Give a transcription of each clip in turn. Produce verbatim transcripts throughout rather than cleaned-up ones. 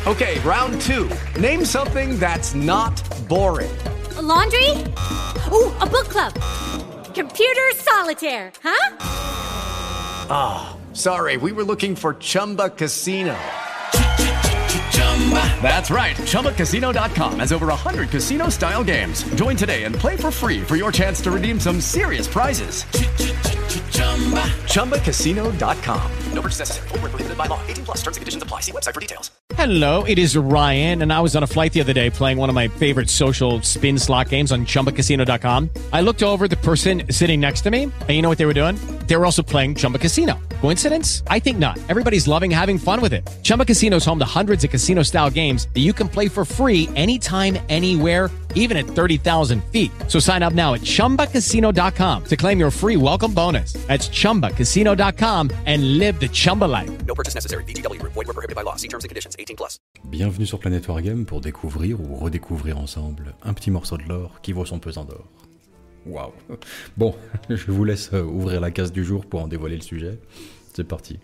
Okay, round two. Name something that's not boring. A laundry? Ooh, a book club. Computer solitaire, huh? Ah, oh, sorry, we were looking for Chumba Casino. That's right, Chumba Casino dot com has over one hundred casino-style games. Join today and play for free for your chance to redeem some serious prizes. Chumba Casino dot com. No purchase necessary. Void where prohibited by law. eighteen plus. Terms and conditions apply. See website for details. Hello, it is Ryan, and I was on a flight the other day playing one of my favorite social spin slot games on Chumba Casino dot com. I looked over at the person sitting next to me, and you know what they were doing? They were also playing Chumba Casino. Coincidence? I think not. Everybody's loving having fun with it. Chumba Casino is home to hundreds of casino-style games that you can play for free anytime, anywhere, even at thirty thousand feet. So sign up now at Chumba Casino dot com to claim your free welcome bonus. That's Chumba Casino dot com and live the Chumba life. No purchase necessary. V G W. Void where prohibited by law. See terms and conditions. eighteen plus. Bienvenue sur Planet Wargame pour découvrir ou redécouvrir ensemble un petit morceau de lore qui vaut son pesant d'or. Waouh. Bon, je vous laisse ouvrir la case du jour pour en dévoiler le sujet. C'est parti.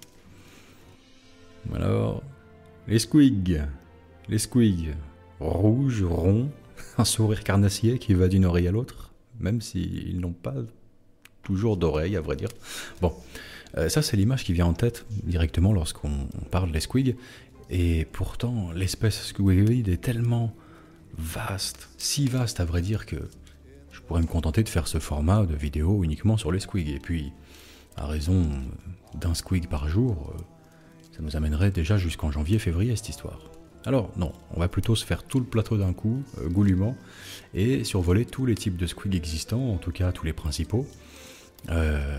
Alors, les squigs. Les squigs. Rouges, ronds, un sourire carnassier qui va d'une oreille à l'autre, même s'ils n'ont pas toujours d'oreille, à vrai dire. Bon, euh, ça c'est l'image qui vient en tête directement lorsqu'on parle des squigs. Et pourtant, l'espèce squigoïde est tellement vaste, si vaste à vrai dire que je pourrais me contenter de faire ce format de vidéo uniquement sur les squigs. Et puis, à raison d'un squig par jour, ça nous amènerait déjà jusqu'en janvier-février cette histoire. Alors non, on va plutôt se faire tout le plateau d'un coup, euh, goulûment, et survoler tous les types de squigs existants, en tout cas tous les principaux. Euh...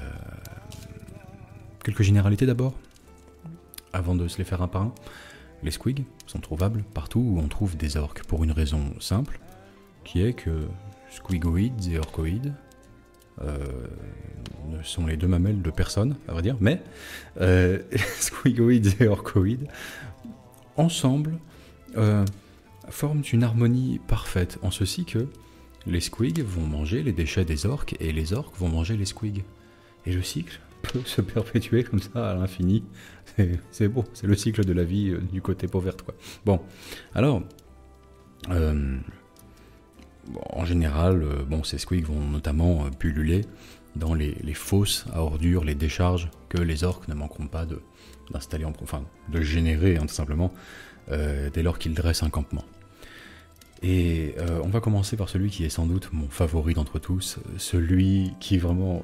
Quelques généralités d'abord, avant de se les faire un par un. Les squigs sont trouvables partout où on trouve des orques, pour une raison simple, qui est que squigoïdes et orcoïdes euh, ne sont les deux mamelles de personne, à vrai dire, mais euh, squigoïdes et orcoïdes, ensemble, euh, forment une harmonie parfaite, en ceci que les squigs vont manger les déchets des orques et les orques vont manger les squigs. Et le cycle peut se perpétuer comme ça à l'infini. C'est, c'est beau, c'est le cycle de la vie euh, du côté pauverte, quoi. Bon, alors, euh, bon, en général, euh, bon, ces squigs vont notamment euh, pulluler dans les, les fosses à ordures, les décharges que les orques ne manqueront pas de, d'installer, en, enfin, de générer, hein, tout simplement, euh, dès lors qu'ils dressent un campement. Et euh, on va commencer par celui qui est sans doute mon favori d'entre tous, celui qui vraiment...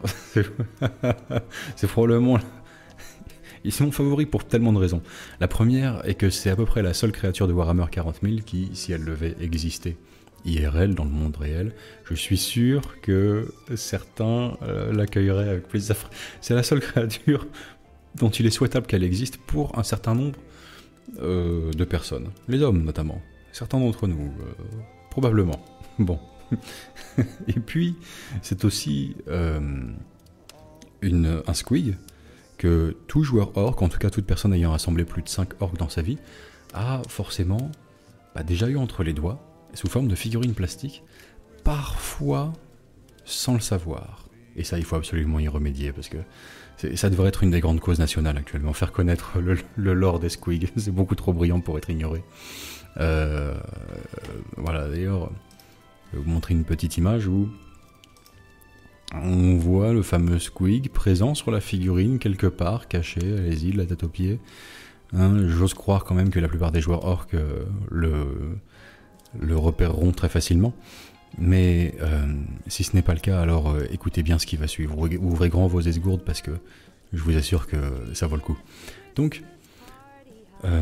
c'est probablement... C'est mon favori pour tellement de raisons. La première est que c'est à peu près la seule créature de Warhammer quarante mille qui, si elle devait exister I R L, dans le monde réel, je suis sûr que certains euh, l'accueilleraient avec plaisir. C'est la seule créature dont il est souhaitable qu'elle existe pour un certain nombre euh, de personnes. Les hommes, notamment. Certains d'entre nous, euh, probablement. Bon. Et puis, c'est aussi euh, une, un squig que tout joueur orc, en tout cas toute personne ayant rassemblé plus de cinq orcs dans sa vie, a forcément bah, déjà eu entre les doigts, sous forme de figurines plastiques, parfois sans le savoir. Et ça, il faut absolument y remédier, parce que c'est, ça devrait être une des grandes causes nationales actuellement, faire connaître le, le lore des squigs. C'est beaucoup trop brillant pour être ignoré. Euh, voilà, d'ailleurs, je vais vous montrer une petite image où on voit le fameux squig présent sur la figurine quelque part, caché, allez-y, de la tête aux pieds. Hein, j'ose croire quand même que la plupart des joueurs orques euh, le, le repéreront très facilement. Mais euh, si ce n'est pas le cas, alors euh, écoutez bien ce qui va suivre. Ouvrez grand vos esgourdes parce que je vous assure que ça vaut le coup. Donc, euh,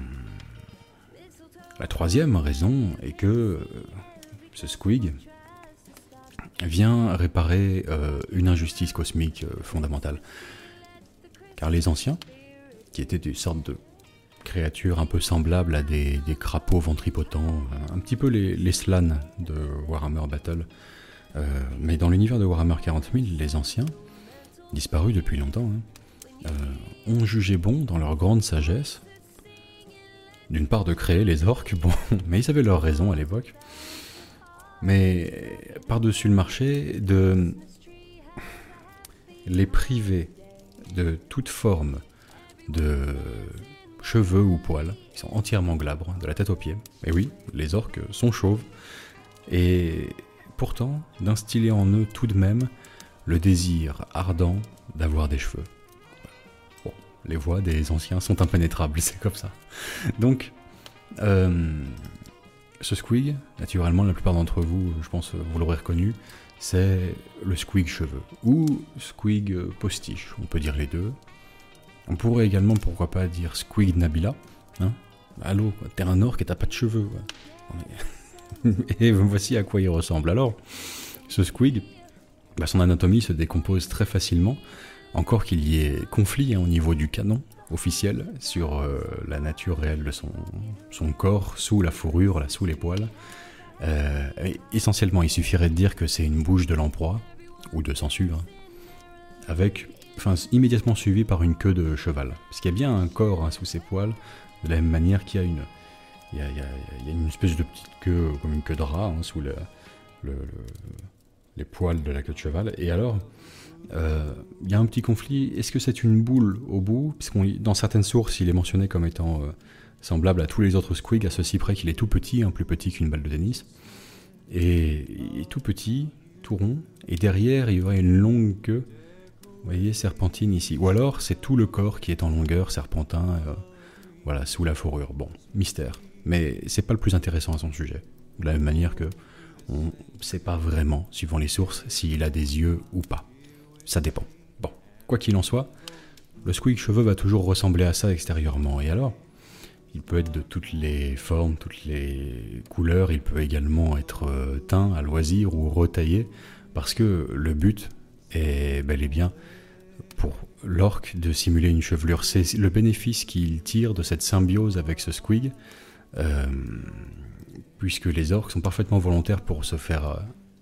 la troisième raison est que euh, ce squig vient réparer euh, une injustice cosmique euh, fondamentale. Car les anciens, qui étaient des sortes de créatures un peu semblables à des, des crapauds ventripotents, un petit peu les, les slans de Warhammer Battle, euh, mais dans l'univers de Warhammer quarante mille, les anciens, disparus depuis longtemps, hein, euh, ont jugé bon, dans leur grande sagesse, d'une part de créer les orques, bon, mais ils avaient leur raison à l'époque, mais par-dessus le marché, de les priver de toute forme de cheveux ou poils. Ils sont entièrement glabres, de la tête aux pieds. Et oui, les orques sont chauves. Et pourtant, d'instiller en eux tout de même le désir ardent d'avoir des cheveux. Bon, les voix des anciens sont impénétrables, c'est comme ça. Donc, euh, ce squig, naturellement, la plupart d'entre vous, je pense, vous l'aurez reconnu, c'est le squig cheveux, ou squig postiche, on peut dire les deux. On pourrait également, pourquoi pas, dire squig Nabila. Hein, allô, t'es un orc et t'as pas de cheveux. Ouais. Et voici à quoi il ressemble. Alors, ce squig, bah, son anatomie se décompose très facilement, encore qu'il y ait conflit hein, au niveau du canon officiel sur euh, la nature réelle de son, son corps, sous la fourrure, là, sous les poils. Euh, essentiellement, il suffirait de dire que c'est une bouche de lamproie, ou de sangsue, hein, avec, enfin, immédiatement suivi par une queue de cheval. Parce qu'il y a bien un corps hein, sous ses poils, de la même manière qu'il y a une, il y a, il y a, il y a une espèce de petite queue, comme une queue de rat, hein, sous le, le, le, les poils de la queue de cheval. Et alors, euh, il y a un petit conflit, est-ce que c'est une boule au bout? Parce qu'on, dans certaines sources, il est mentionné comme étant... Euh, semblable à tous les autres squigs, à ceci près qu'il est tout petit, hein, plus petit qu'une balle de tennis. Et il est tout petit, tout rond, et derrière il y aurait une longue queue, vous voyez, serpentine ici. Ou alors c'est tout le corps qui est en longueur, serpentin, euh, voilà, sous la fourrure. Bon, mystère. Mais c'est pas le plus intéressant à son sujet. De la même manière que on ne sait pas vraiment, suivant les sources, s'il a des yeux ou pas. Ça dépend. Bon, quoi qu'il en soit, le squig cheveux va toujours ressembler à ça extérieurement. Et alors ? Il peut être de toutes les formes, toutes les couleurs, il peut également être teint à loisir ou retaillé, parce que le but est bel et bien pour l'orc de simuler une chevelure. C'est le bénéfice qu'il tire de cette symbiose avec ce squig, euh, puisque les orcs sont parfaitement volontaires pour se faire euh,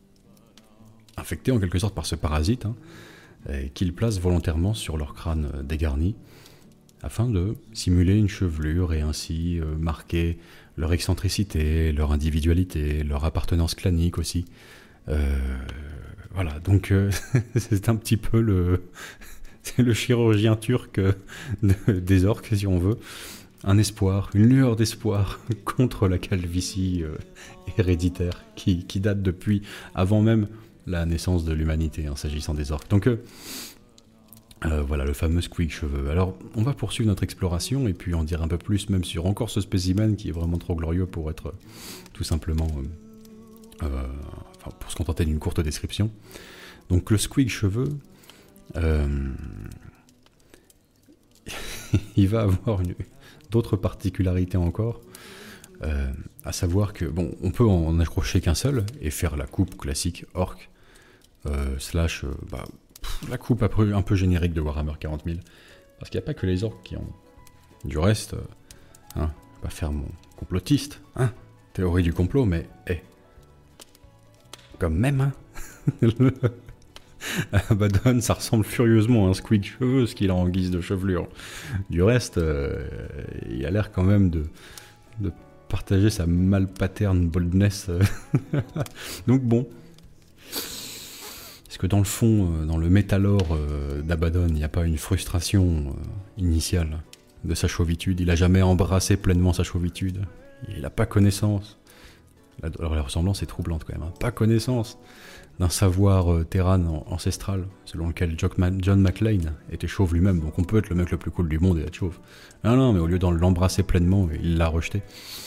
infecter en quelque sorte par ce parasite, hein, qu'ils placent volontairement sur leur crâne dégarni, afin de simuler une chevelure et ainsi euh, marquer leur excentricité, leur individualité, leur appartenance clanique aussi. Euh, voilà, donc euh, c'est un petit peu le, c'est le chirurgien turc de, des orques, si on veut. Un espoir, une lueur d'espoir contre la calvitie euh, héréditaire qui, qui date depuis avant même la naissance de l'humanité, hein, s'agissant des orques. Donc... Euh, Euh, voilà, le fameux squig cheveux. Alors, on va poursuivre notre exploration et puis en dire un peu plus même sur encore ce spécimen qui est vraiment trop glorieux pour être euh, tout simplement... Euh, euh, enfin, pour se contenter d'une courte description. Donc, le squig cheveux, euh, il va avoir une, d'autres particularités encore, euh, à savoir que, bon, on peut en accrocher qu'un seul et faire la coupe classique orc, euh, slash... Euh, bah, la coupe un peu, un peu générique de Warhammer quarante mille. Parce qu'il n'y a pas que les orques qui ont... Du reste, euh, hein, je vais pas faire mon complotiste, hein, théorie du complot, mais, hé, hey, comme même, hein, Abaddon, ça ressemble furieusement à un squig cheveux, ce qu'il a en guise de chevelure. Du reste, euh, il a l'air quand même de, de partager sa mal-pattern boldness. Donc bon... Est-ce que dans le fond, dans le métalore d'Abaddon, il n'y a pas une frustration initiale de sa chauvitude? Il n'a jamais embrassé pleinement sa chauvitude. Il n'a pas connaissance. Alors la ressemblance est troublante quand même. Hein. Pas connaissance d'un savoir euh, terran ancestral, selon lequel John McClane était chauve lui-même. Donc on peut être le mec le plus cool du monde et être chauve. Non, non, mais au lieu de l'embrasser pleinement, il l'a rejeté.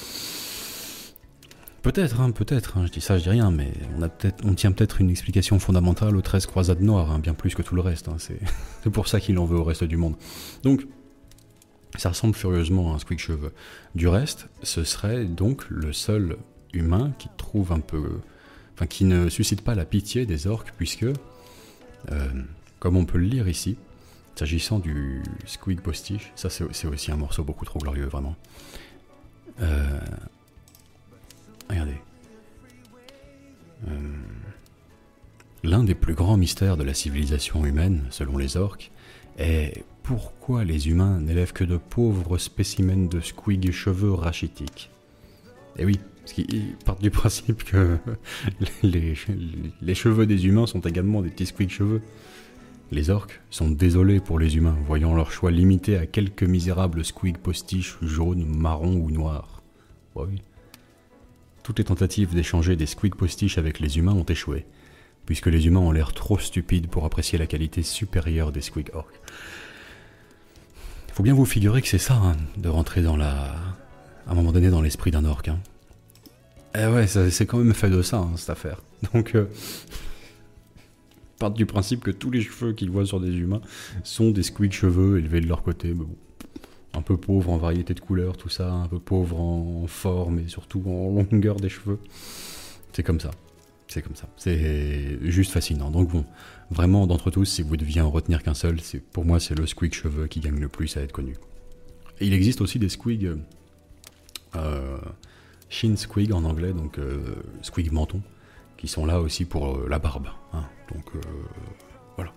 Peut-être, hein, peut-être, hein, je dis ça, je dis rien, mais on, a peut-être, on tient peut-être une explication fondamentale aux treize croisades noires, hein, bien plus que tout le reste, hein, c'est, c'est pour ça qu'il en veut au reste du monde. Donc, ça ressemble furieusement à un squig cheveux. Du reste, ce serait donc le seul humain qui trouve un peu... Enfin, qui ne suscite pas la pitié des orques, puisque, euh, comme on peut le lire ici, s'agissant du squig postiche, ça c'est, c'est aussi un morceau beaucoup trop glorieux, vraiment. Euh... Regardez. Euh, l'un des plus grands mystères de la civilisation humaine, selon les orques, est pourquoi les humains n'élèvent que de pauvres spécimens de squig cheveux rachitiques. Et oui, parce qu'ils partent du principe que les, les, les cheveux des humains sont également des petits squig cheveux. Les orques sont désolés pour les humains, voyant leur choix limité à quelques misérables squigs postiches jaunes, marrons ou noirs. Ouais, oui. Toutes les tentatives d'échanger des squigs postiches avec les humains ont échoué, puisque les humains ont l'air trop stupides pour apprécier la qualité supérieure des squigs orques. Faut bien vous figurer que c'est ça, hein, de rentrer dans la... à un moment donné dans l'esprit d'un orque. Hein. Eh ouais, ça, c'est quand même fait de ça, hein, cette affaire. Donc... Euh... partent du principe que tous les cheveux qu'ils voient sur des humains sont des squigs cheveux élevés de leur côté, mais bon, un peu pauvres en variété de couleurs, tout ça, un peu pauvres en forme et surtout en longueur des cheveux. C'est comme ça, c'est comme ça, c'est juste fascinant. Donc bon, vraiment d'entre tous, si vous deviez en retenir qu'un seul, c'est, pour moi c'est le squig cheveux qui gagne le plus à être connu. Et il existe aussi des squigs, euh, shin squig en anglais, donc euh, squig menton, qui sont là aussi pour euh, la barbe. Hein. Donc euh, voilà.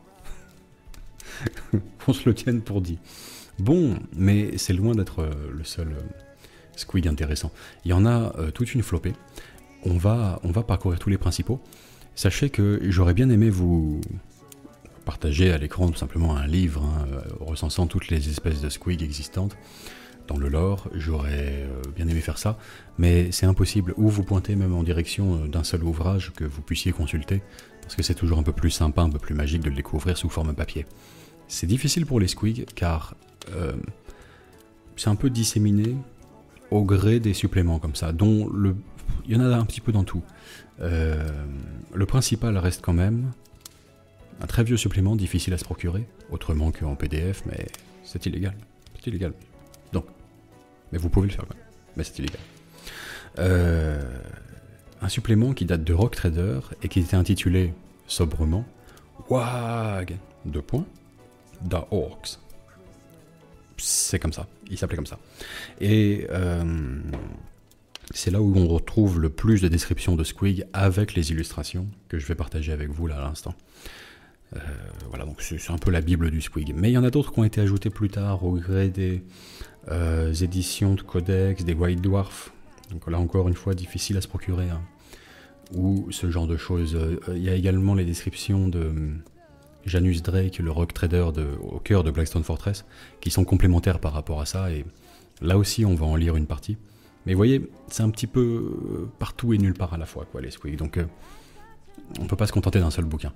Qu'on se le tienne pour dit. Bon, mais c'est loin d'être euh, le seul euh, squig intéressant. Il y en a euh, toute une flopée. On va, on va parcourir tous les principaux. Sachez que j'aurais bien aimé vous partager à l'écran tout simplement un livre hein, euh, recensant toutes les espèces de squig existantes. Dans le lore, j'aurais bien aimé faire ça, mais c'est impossible, ou vous pointez même en direction d'un seul ouvrage que vous puissiez consulter, parce que c'est toujours un peu plus sympa, un peu plus magique de le découvrir sous forme papier. C'est difficile pour les squigs, car euh, c'est un peu disséminé au gré des suppléments comme ça, dont le... il y en a un petit peu dans tout. Euh, le principal reste quand même un très vieux supplément difficile à se procurer, autrement qu'en P D F, mais c'est illégal. C'est illégal. Donc, mais vous pouvez le faire quand même, mais c'est illégal. Euh, un supplément qui date de Rock Trader et qui était intitulé sobrement Wag, deux points, Da Orcs. C'est comme ça, il s'appelait comme ça. Et euh, c'est là où on retrouve le plus de descriptions de squig avec les illustrations que je vais partager avec vous là à l'instant. Euh, voilà, donc c'est, c'est un peu la bible du squig. Mais il y en a d'autres qui ont été ajoutés plus tard au gré des euh, éditions de codex, des White Dwarf. Donc là encore une fois, difficile à se procurer. Hein. Ou ce genre de choses. Il euh, y a également les descriptions de euh, Janus Drake, le rock trader de, au cœur de Blackstone Fortress, qui sont complémentaires par rapport à ça. Et là aussi, on va en lire une partie. Mais vous voyez, c'est un petit peu euh, partout et nulle part à la fois, quoi, les squig. Donc euh, on ne peut pas se contenter d'un seul bouquin.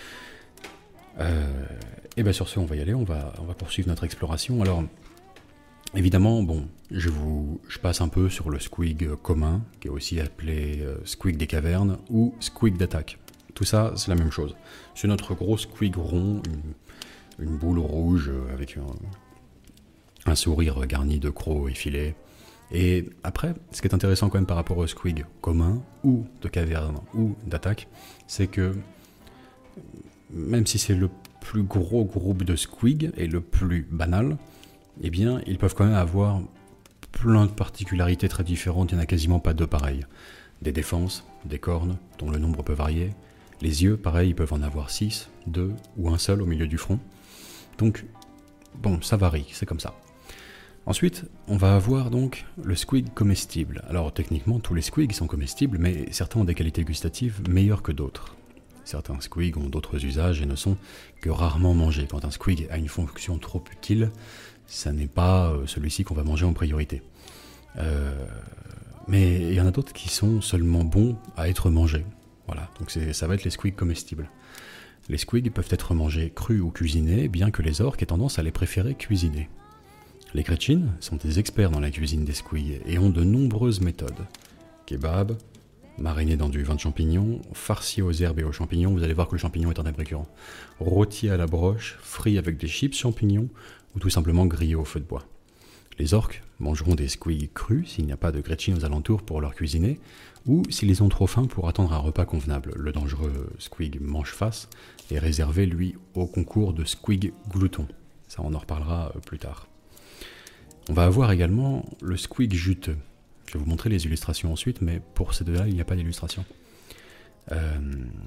Euh, et bien sur ce, on va y aller, on va, on va poursuivre notre exploration. Alors, évidemment, bon, je, vous, je passe un peu sur le squig commun, qui est aussi appelé euh, squig des cavernes, ou squig d'attaque. Tout ça, c'est la même chose. C'est notre gros squig rond, une, une boule rouge avec un, un sourire garni de crocs effilés. Et après, ce qui est intéressant quand même par rapport au squig commun, ou de caverne, ou d'attaque, c'est que même si c'est le plus gros groupe de squig et le plus banal, eh bien, ils peuvent quand même avoir plein de particularités très différentes, il n'y en a quasiment pas deux pareilles. Des défenses, des cornes, dont le nombre peut varier. Les yeux, pareil, ils peuvent en avoir six, deux ou un seul au milieu du front. Donc, bon, ça varie, c'est comme ça. Ensuite, on va avoir donc le squig comestible. Alors, techniquement, tous les squigs sont comestibles, mais certains ont des qualités gustatives meilleures que d'autres. Certains squigs ont d'autres usages et ne sont que rarement mangés. Quand un squig a une fonction trop utile, ça n'est pas celui-ci qu'on va manger en priorité. Euh, mais il y en a d'autres qui sont seulement bons à être mangés. Voilà, donc c'est, ça va être les squigs comestibles. Les squigs peuvent être mangés crus ou cuisinés, bien que les orques aient tendance à les préférer cuisinés. Les Gretchins sont des experts dans la cuisine des squigs et ont de nombreuses méthodes. Kebab, mariné dans du vin de champignon, farci aux herbes et aux champignons, vous allez voir que le champignon est un thème récurrent. Rôti à la broche, frit avec des chips champignons, ou tout simplement grillé au feu de bois. Les orques mangeront des squigs crus s'il n'y a pas de Gretchins aux alentours pour leur cuisiner, ou s'ils ont trop faim pour attendre un repas convenable. Le dangereux squig mange-face est réservé, lui, au concours de squig glouton. Ça, on en reparlera plus tard. On va avoir également le squig juteux. Je vais vous montrer les illustrations ensuite, mais pour ces deux-là, il n'y a pas d'illustration. Euh...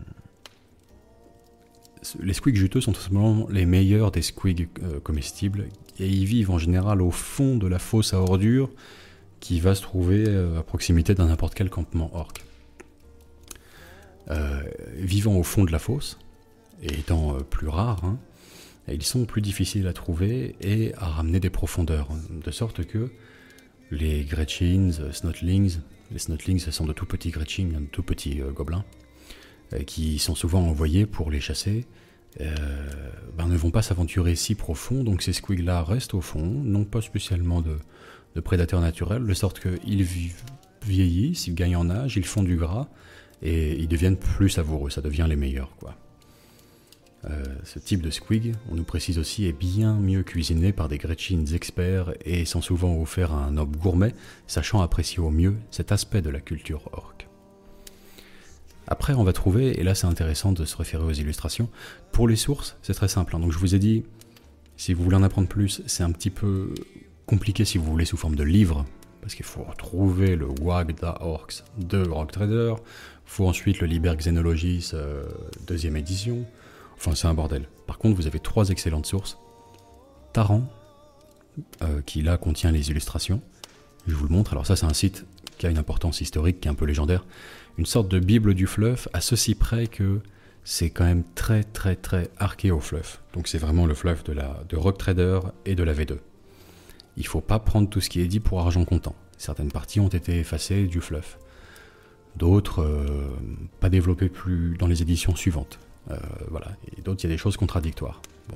Les squigs juteux sont tout simplement les meilleurs des squigs euh, comestibles, et ils vivent en général au fond de la fosse à ordures qui va se trouver euh, à proximité d'un n'importe quel campement orc. Euh, vivant au fond de la fosse, et étant euh, plus rares, hein, Et ils sont plus difficiles à trouver et à ramener des profondeurs, de sorte que les Gretchins, Snotlings, les Snotlings ce sont de tout petits Gretchins, de tout petits euh, gobelins, euh, qui sont souvent envoyés pour les chasser, euh, ben, ne vont pas s'aventurer si profond, donc ces squigs-là restent au fond, n'ont pas spécialement de, de prédateurs naturels, de sorte qu'ils vieillissent, ils gagnent en âge, ils font du gras, et ils deviennent plus savoureux, ça devient les meilleurs, quoi. Euh, ce type de squig, on nous précise aussi, est bien mieux cuisiné par des Gretchins experts et sont souvent offerts à un noble gourmet, sachant apprécier au mieux cet aspect de la culture orque. Après, on va trouver, et là c'est intéressant de se référer aux illustrations, pour les sources, c'est très simple. Hein. Donc je vous ai dit, si vous voulez en apprendre plus, c'est un petit peu compliqué si vous voulez sous forme de livre, parce qu'il faut retrouver le Wag da Orcs de Rogue Trader, il faut ensuite le Liber Xenologis euh, deuxième édition. Enfin, c'est un bordel. Par contre, vous avez trois excellentes sources. Taran, euh, qui là contient les illustrations. Je vous le montre. Alors ça, c'est un site qui a une importance historique, qui est un peu légendaire. Une sorte de bible du fluff, à ceci près que c'est quand même très très très arché au fluff. Donc c'est vraiment le fluff de, la, de Rogue Trader et de la V deux. Il ne faut pas prendre tout ce qui est dit pour argent comptant. Certaines parties ont été effacées du fluff. D'autres, euh, pas développées plus dans les éditions suivantes. Euh, voilà, et d'autres, il y a des choses contradictoires. Bon.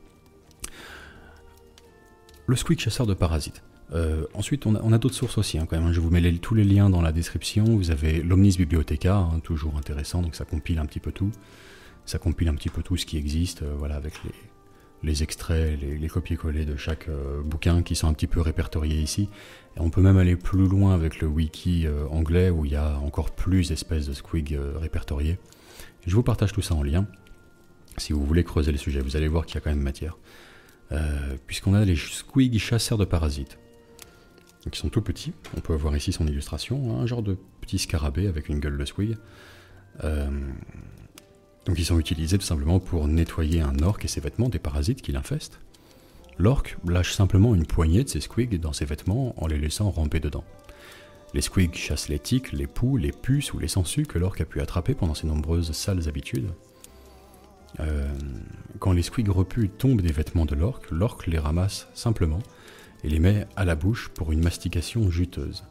Le squig chasseur de parasites. Euh, ensuite, on a, on a d'autres sources aussi, hein, quand même. Je vous mets les, tous les liens dans la description. Vous avez l'Omnis Bibliotheca, hein, toujours intéressant, donc ça compile un petit peu tout. Ça compile un petit peu tout ce qui existe, euh, voilà, avec les, les extraits, les, les copier-coller de chaque euh, bouquin qui sont un petit peu répertoriés ici. Et on peut même aller plus loin avec le wiki euh, anglais, où il y a encore plus d'espèces de squig euh, répertoriés. Je vous partage tout ça en lien, si vous voulez creuser le sujet, vous allez voir qu'il y a quand même matière. Euh, puisqu'on a les squigs chasseurs de parasites. Donc ils sont tout petits, on peut voir ici son illustration, un genre de petit scarabée avec une gueule de squig. Euh, donc ils sont utilisés tout simplement pour nettoyer un orc et ses vêtements des parasites qui l'infestent. L'orc lâche simplement une poignée de ses squigs dans ses vêtements en les laissant ramper dedans. Les squigs chassent les tiques, les poux, les puces ou les sangsues que l'orc a pu attraper pendant ses nombreuses sales habitudes. Euh, quand les squigs repus tombent des vêtements de l'orc, l'orc les ramasse simplement et les met à la bouche pour une mastication juteuse.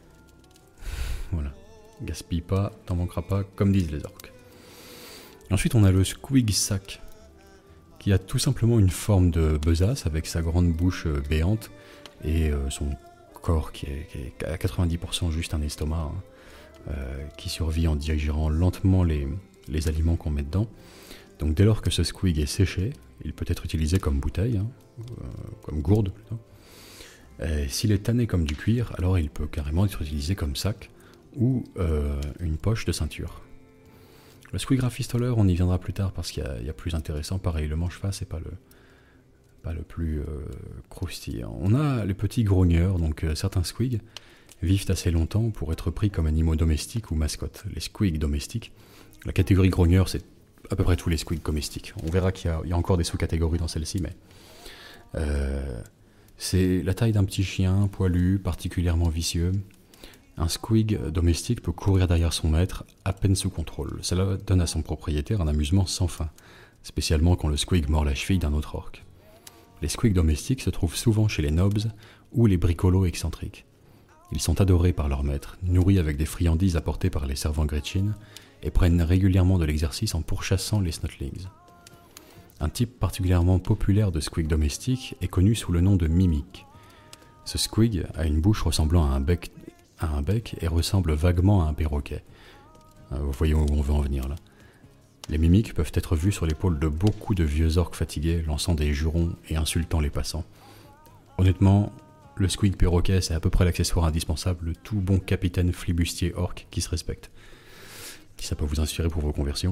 Voilà. Gaspille pas, t'en manqueras pas, comme disent les orques. Ensuite, on a le squig sac, qui a tout simplement une forme de besace avec sa grande bouche béante et euh, son corps qui est, qui est à quatre-vingt-dix pour cent juste un estomac, hein, euh, qui survit en digérant lentement les, les aliments qu'on met dedans. Donc dès lors que ce squig est séché, il peut être utilisé comme bouteille, hein, euh, comme gourde plutôt. Et s'il est tanné comme du cuir, alors il peut carrément être utilisé comme sac ou euh, une poche de ceinture. Le squig rafistoler, on y viendra plus tard parce qu'il y, y a plus intéressant. Pareil, le manche-face, c'est pas le... pas le plus euh, croustillant. On a les petits grogneurs, donc euh, certains squigs vivent assez longtemps pour être pris comme animaux domestiques ou mascottes. Les squigs domestiques, la catégorie grogneur, c'est à peu près tous les squigs domestiques. On verra qu'il y a, il y a encore des sous-catégories dans celle-ci, mais euh, c'est la taille d'un petit chien poilu, particulièrement vicieux. Un squig domestique peut courir derrière son maître à peine sous contrôle. Cela donne à son propriétaire un amusement sans fin, spécialement quand le squig mord la cheville d'un autre orc. Les squigs domestiques se trouvent souvent chez les nobs ou les bricolos excentriques. Ils sont adorés par leur maître, nourris avec des friandises apportées par les servants Gretchins, et prennent régulièrement de l'exercice en pourchassant les snotlings. Un type particulièrement populaire de squig domestique est connu sous le nom de mimic. Ce squig a une bouche ressemblant à un bec, à un bec et ressemble vaguement à un perroquet. Vous voyez où on veut en venir là. Les mimiques peuvent être vus sur l'épaule de beaucoup de vieux orques fatigués, lançant des jurons et insultant les passants. Honnêtement, le squig perroquet, c'est à peu près l'accessoire indispensable de tout bon capitaine flibustier orc qui se respecte. Si ça peut vous inspirer pour vos conversions.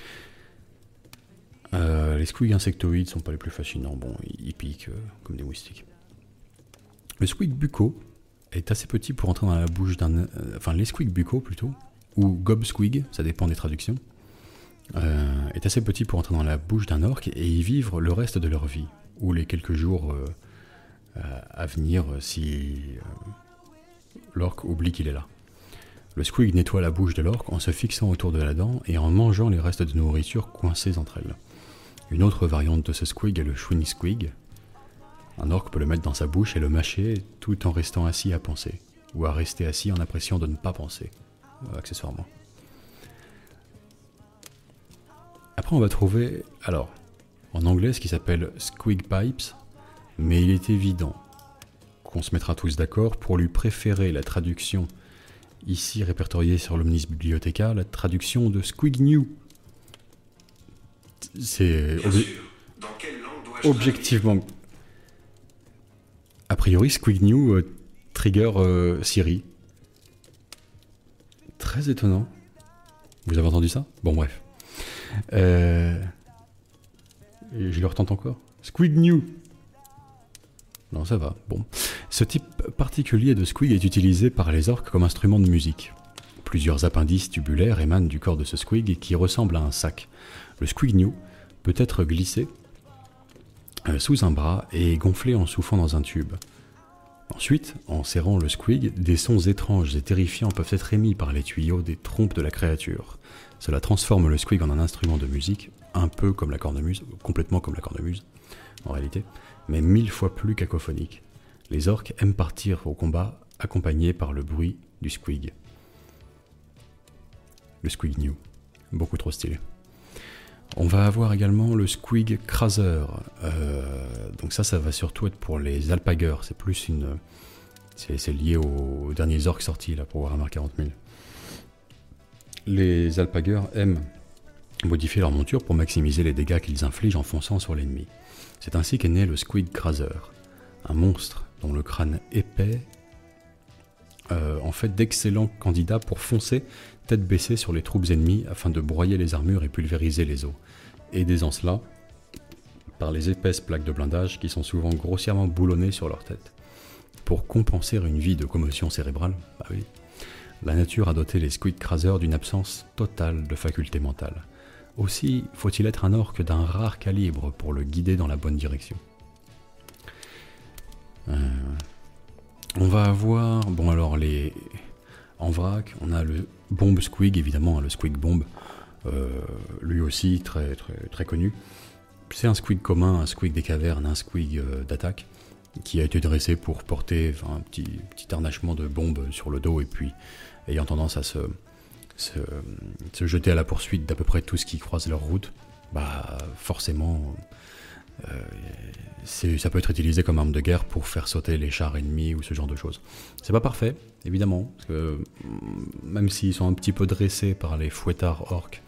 Euh, les squigs insectoïdes sont pas les plus fascinants, bon, ils piquent euh, comme des moustiques. Le squig bucco est assez petit pour entrer dans la bouche d'un... Euh, enfin, les squigs bucco plutôt, ou gob squig, ça dépend des traductions, euh, est assez petit pour entrer dans la bouche d'un orc et y vivre le reste de leur vie, ou les quelques jours euh, euh, à venir si euh, l'orc oublie qu'il est là. Le squig nettoie la bouche de l'orc en se fixant autour de la dent et en mangeant les restes de nourriture coincés entre elles. Une autre variante de ce squig est le Schwing Squig. Un orc peut le mettre dans sa bouche et le mâcher tout en restant assis à penser, ou à rester assis en impression de ne pas penser, euh, accessoirement. Après on va trouver, alors, en anglais ce qui s'appelle Squig Pipes, mais il est évident qu'on se mettra tous d'accord pour lui préférer la traduction ici répertoriée sur l'Omnis Bibliotheca, la traduction de Squig New. C'est ob- objectivement... A priori, Squig New euh, trigger euh, Siri. Très étonnant. Vous avez entendu ça? Bon, bref. Euh... Et je le retente encore. Squig New. Non, ça va. Bon. Ce type particulier de squig est utilisé par les orques comme instrument de musique. Plusieurs appendices tubulaires émanent du corps de ce squig qui ressemble à un sac. Le Squig New peut être glissé euh, sous un bras et gonflé en soufflant dans un tube. Ensuite, en serrant le squig, des sons étranges et terrifiants peuvent être émis par les tuyaux des trompes de la créature. Cela transforme le squig en un instrument de musique, un peu comme la cornemuse, complètement comme la cornemuse, en réalité, mais mille fois plus cacophonique. Les orques aiment partir au combat accompagnés par le bruit du squig. Le Squig New, beaucoup trop stylé. On va avoir également le Squig Craser. Euh, donc ça, ça va surtout être pour les alpagers. C'est plus une... C'est, c'est lié aux derniers orques sortis là, pour Warhammer quarante mille. Les alpagers aiment modifier leur monture pour maximiser les dégâts qu'ils infligent en fonçant sur l'ennemi. C'est ainsi qu'est né le Squig Craser, un monstre dont le crâne épais euh, en fait d'excellents candidats pour foncer tête baissée sur les troupes ennemies afin de broyer les armures et pulvériser les os, aidés en cela par les épaisses plaques de blindage qui sont souvent grossièrement boulonnées sur leur tête. Pour compenser une vie de commotion cérébrale, bah oui, la nature a doté les Squig Craser d'une absence totale de faculté mentale. Aussi faut-il être un orque d'un rare calibre pour le guider dans la bonne direction. Euh, on va avoir, bon alors les... En vrac, on a le Bomb Squig, évidemment, le Squig Bomb, euh, lui aussi très, très, très connu. C'est un squig commun, un squig des cavernes, un squig euh, d'attaque, qui a été dressé pour porter enfin, un petit, petit harnachement de bombes sur le dos et puis ayant tendance à se, se, se jeter à la poursuite d'à peu près tout ce qui croise leur route. Bah forcément, euh, c'est, ça peut être utilisé comme arme de guerre pour faire sauter les chars ennemis ou ce genre de choses. C'est pas parfait, évidemment, parce que même s'ils sont un petit peu dressés par les fouettards orques,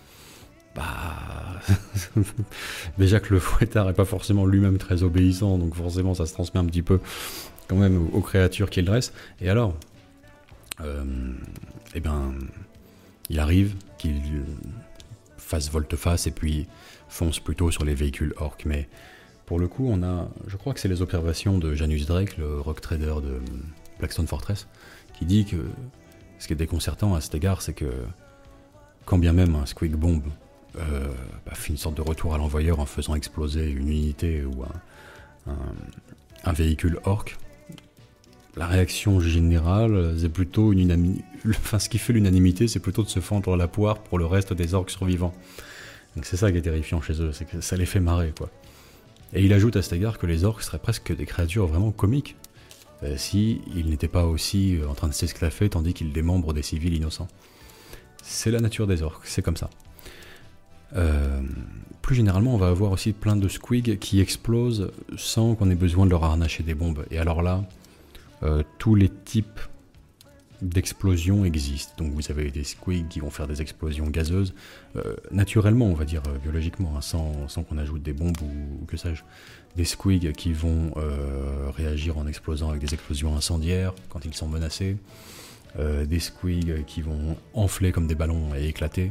bah déjà que le fouettard est pas forcément lui-même très obéissant, donc forcément ça se transmet un petit peu quand même aux, aux créatures qu'il dresse. Et alors, euh, eh ben, il arrive qu'il fasse volte-face et puis fonce plutôt sur les véhicules orques, mais pour le coup, on a, je crois que c'est les observations de Janus Drake, le rock trader de Blackstone Fortress, qui dit que ce qui est déconcertant à cet égard, c'est que quand bien même un Squig Bomb euh, bah, fait une sorte de retour à l'envoyeur en faisant exploser une unité ou un, un, un véhicule orc, la réaction générale, c'est plutôt une unanimité. Enfin, ce qui fait l'unanimité, c'est plutôt de se fendre la poire pour le reste des orcs survivants. Donc c'est ça qui est terrifiant chez eux, c'est que ça les fait marrer, quoi. Et il ajoute à cet égard que les orques seraient presque des créatures vraiment comiques, euh, si ils n'étaient pas aussi euh, en train de s'esclaffer tandis qu'ils démembrent des civils innocents. C'est la nature des orques, c'est comme ça. Euh, plus généralement, on va avoir aussi plein de squigs qui explosent sans qu'on ait besoin de leur harnacher des bombes. Et alors là, euh, tous les types d'explosions existent. Donc vous avez des squigs qui vont faire des explosions gazeuses, euh, naturellement on va dire, euh, biologiquement, hein, sans, sans qu'on ajoute des bombes ou, ou que sais-je. Des squigs qui vont euh, réagir en explosant avec des explosions incendiaires quand ils sont menacés. Euh, des squigs qui vont enfler comme des ballons et éclater.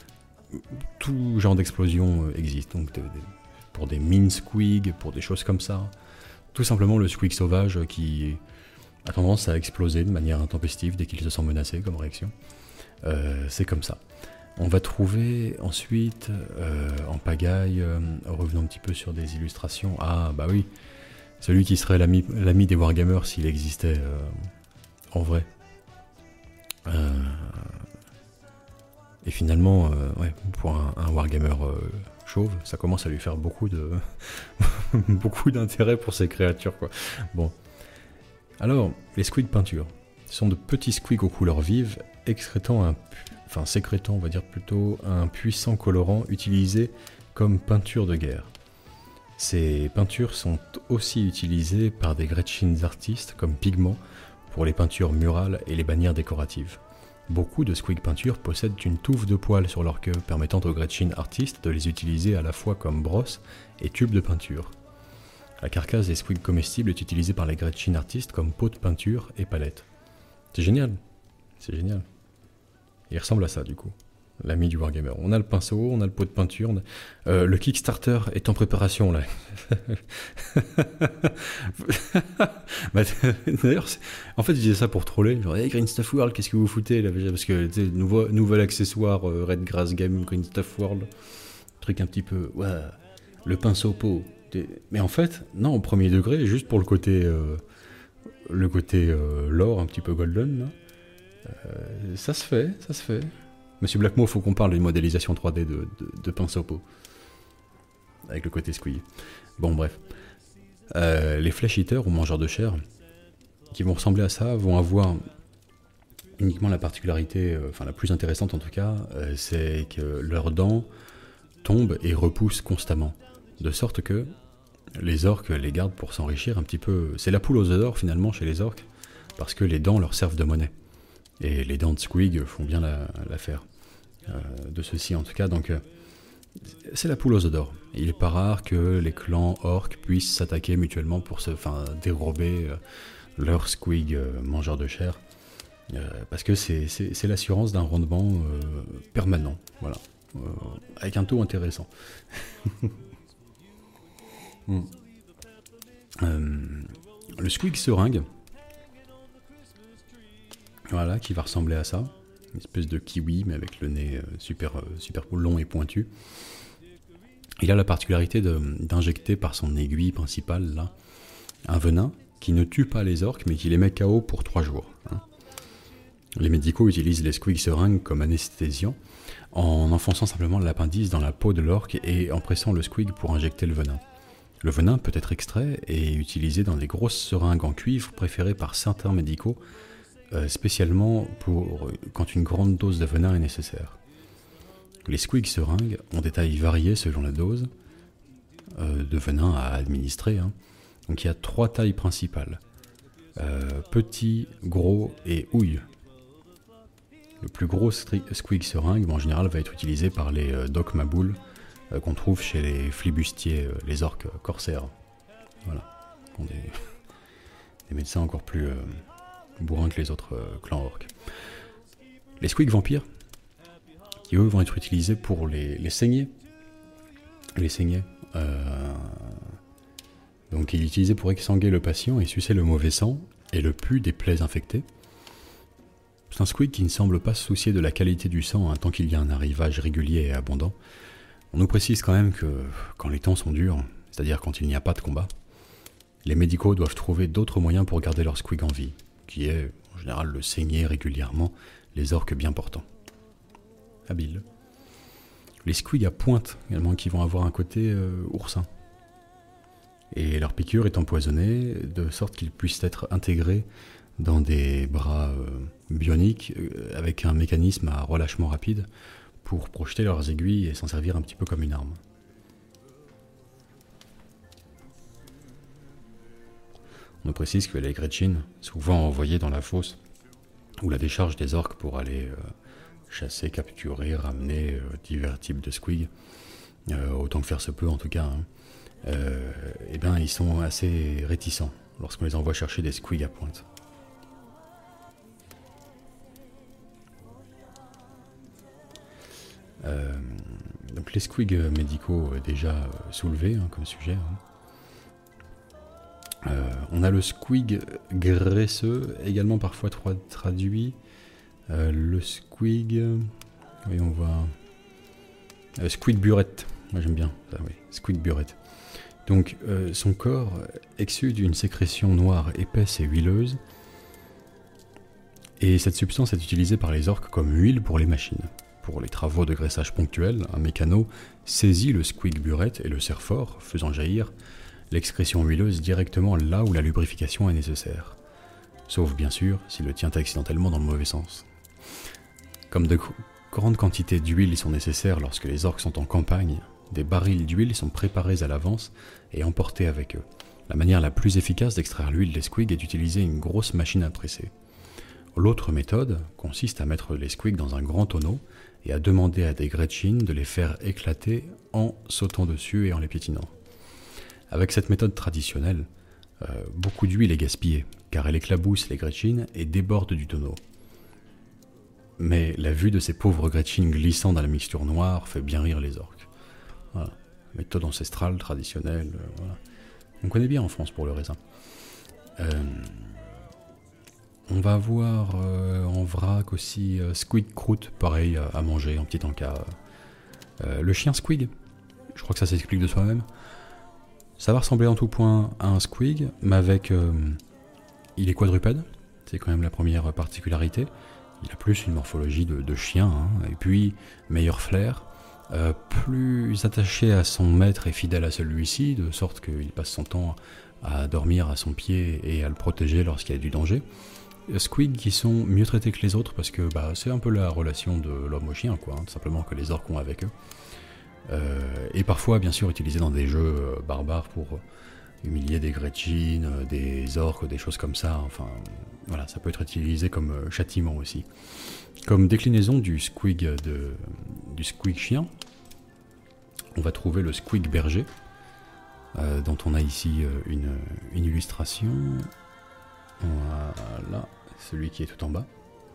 Tout genre d'explosion euh, existe. Donc de, de, pour des mine squigs, pour des choses comme ça. Tout simplement le squig sauvage qui a tendance à exploser de manière intempestive dès qu'il se sent menacé comme réaction. Euh, c'est comme ça. On va trouver ensuite, euh, en pagaille, euh, revenons un petit peu sur des illustrations. Ah bah oui, celui qui serait l'ami, l'ami des wargamers s'il existait euh, en vrai. Euh, et finalement, euh, ouais, pour un, un wargamer euh, chauve, ça commence à lui faire beaucoup de beaucoup d'intérêt pour ces créatures, quoi. Bon. Alors, les squigs peinture. Ce sont de petits squigs aux couleurs vives, excrétant un, enfin sécrétant, on va dire plutôt, un puissant colorant utilisé comme peinture de guerre. Ces peintures sont aussi utilisées par des Gretschin artistes comme pigments pour les peintures murales et les bannières décoratives. Beaucoup de squig peintures possèdent une touffe de poils sur leur queue, permettant aux Gretschin artistes de les utiliser à la fois comme brosse et tube de peinture. La carcasse des squigs comestibles est utilisée par les Gretschin artistes comme pot de peinture et palette. C'est génial, c'est génial. Il ressemble à ça du coup, l'ami du Wargamer. On a le pinceau, on a le pot de peinture, on a... euh, le Kickstarter est en préparation là. bah, d'ailleurs, en fait je disais ça pour troller, genre hey, Green Stuff World, qu'est-ce que vous foutez là? Parce que tu sais, nouveau, nouvel accessoire, euh, Red Grass Game, Green Stuff World, truc un petit peu, ouais, le pinceau pot. Mais en fait, non, au premier degré, juste pour le côté... Euh, le côté euh, lore un petit peu golden là. Euh, ça se fait, ça se fait. Monsieur Blackmo, faut qu'on parle d'une modélisation trois D de, de, de pinceau pot avec le côté squeeze. Bon bref, euh, les flesh eaters ou mangeurs de chair qui vont ressembler à ça vont avoir uniquement la particularité, euh, enfin la plus intéressante en tout cas, euh, c'est que leurs dents tombent et repoussent constamment, de sorte que les orques les gardent pour s'enrichir un petit peu. C'est la poule aux œufs d'or finalement chez les orques, parce que les dents leur servent de monnaie. Et les dents de squig font bien l'affaire la, euh, de ceci en tout cas. Donc euh, c'est la poule aux œufs d'or. Il n'est pas rare que les clans orques puissent s'attaquer mutuellement pour se, enfin, dérober euh, leurs squig euh, mangeurs de chair. Euh, parce que c'est l'assurance d'un rendement euh, permanent. Voilà. Euh, avec un taux intéressant. Mm. Euh, le squig seringue, voilà, qui va ressembler à ça, une espèce de kiwi mais avec le nez euh, super, euh, super long et pointu. Il a la particularité d'injecter par son aiguille principale là, un venin qui ne tue pas les orques mais qui les met K O pour trois jours. Hein. Les médicaux utilisent les squig seringues comme anesthésiant en enfonçant simplement l'appendice dans la peau de l'orque et en pressant le squig pour injecter le venin. Le venin peut être extrait et utilisé dans des grosses seringues en cuivre préférées par certains médicaux, euh, spécialement pour quand une grande dose de venin est nécessaire. Les squig seringues ont des tailles variées selon la dose euh, de venin à administrer. Hein. Donc il y a trois tailles principales. Euh, petit, gros et houille. Le plus gros squig seringue en général va être utilisé par les euh, Doc Maboul, qu'on trouve chez les flibustiers, les orques corsaires. Voilà. Qui ont des, des médecins encore plus euh, bourrins que les autres euh, clans orques. Les squig vampires, qui eux vont être utilisés pour les, les saigner. Les saigner. Euh, donc il est utilisé pour exsanguer le patient et sucer le mauvais sang et le pus des plaies infectées. C'est un squig qui ne semble pas se soucier de la qualité du sang hein, tant qu'il y a un arrivage régulier et abondant. On nous précise quand même que quand les temps sont durs, c'est-à-dire quand il n'y a pas de combat, les médicaux doivent trouver d'autres moyens pour garder leur squig en vie, qui est en général le saigner régulièrement les orques bien portants. Habile. Les squigs à pointe également qui vont avoir un côté euh, oursin. Et leur piqûre est empoisonnée de sorte qu'ils puissent être intégrés dans des bras euh, bioniques euh, avec un mécanisme à relâchement rapide pour projeter leurs aiguilles et s'en servir un petit peu comme une arme. On nous précise que les Gretschin, souvent envoyés dans la fosse ou la décharge des orques pour aller euh, chasser, capturer, ramener euh, divers types de squig, euh, autant que faire se peut en tout cas, hein, euh, eh ben, ils sont assez réticents lorsqu'on les envoie chercher des squig à pointe. Euh, donc les squigs médicaux euh, déjà euh, soulevés hein, comme sujet. Hein. Euh, on a le squig graisseux, également parfois tra traduit. Euh, le squig, voyons voir. Euh, squig burette, moi j'aime bien ça, oui. Squig burette. Donc euh, son corps exsude une sécrétion noire épaisse et huileuse. Et cette substance est utilisée par les orques comme huile pour les machines. pour les travaux de graissage ponctuels, un mécano saisit le squig burette et le serre fort, faisant jaillir l'excrétion huileuse directement là où la lubrification est nécessaire. Sauf bien sûr s'il le tient accidentellement dans le mauvais sens. Comme de grandes quantités d'huile sont nécessaires lorsque les orques sont en campagne, des barils d'huile sont préparés à l'avance et emportés avec eux. La manière la plus efficace d'extraire l'huile des squigs est d'utiliser une grosse machine à presser. L'autre méthode consiste à mettre les squigs dans un grand tonneau et à demander à des Gretchen de les faire éclater en sautant dessus et en les piétinant. Avec cette méthode traditionnelle, euh, beaucoup d'huile est gaspillée, car elle éclabousse les Gretchen et déborde du tonneau. Mais la vue de ces pauvres Gretchen glissant dans la mixture noire fait bien rire les orques. Voilà. Méthode ancestrale, traditionnelle, euh, voilà. On connaît bien en France pour le raisin. Euh, on va avoir euh, en vrac aussi euh, squig croûte, pareil à, à manger en petit encas. Euh, le chien squig, je crois que ça s'explique de soi-même. Ça va ressembler en tout point à un squig, mais avec... Euh, il est quadrupède, c'est quand même la première particularité. Il a plus une morphologie de, de chien, hein, et puis meilleur flair, euh, plus attaché à son maître et fidèle à celui-ci, de sorte qu'il passe son temps à dormir à son pied et à le protéger lorsqu'il y a du danger. Squigs qui sont mieux traités que les autres parce que bah, c'est un peu la relation de l'homme au chien, quoi, hein, tout simplement que les orques ont avec eux. Euh, et parfois, bien sûr, utilisés dans des jeux euh, barbares pour humilier des Gretchen, euh, des orques, des choses comme ça. Enfin, voilà, ça peut être utilisé comme euh, châtiment aussi. Comme déclinaison du squig, de, du squig chien, on va trouver le squig berger, euh, dont on a ici euh, une, une illustration. Voilà, celui qui est tout en bas.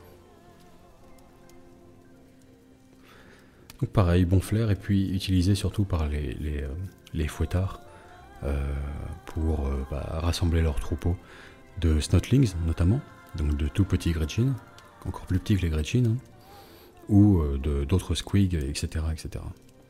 Donc pareil, bon flair, et puis utilisé surtout par les, les, euh, les fouettards euh, pour euh, bah, rassembler leurs troupeaux de snotlings notamment, donc de tout petits Gretchen, encore plus petits que les Gretchen, hein, ou euh, de, d'autres squigs, et cetera, et cetera.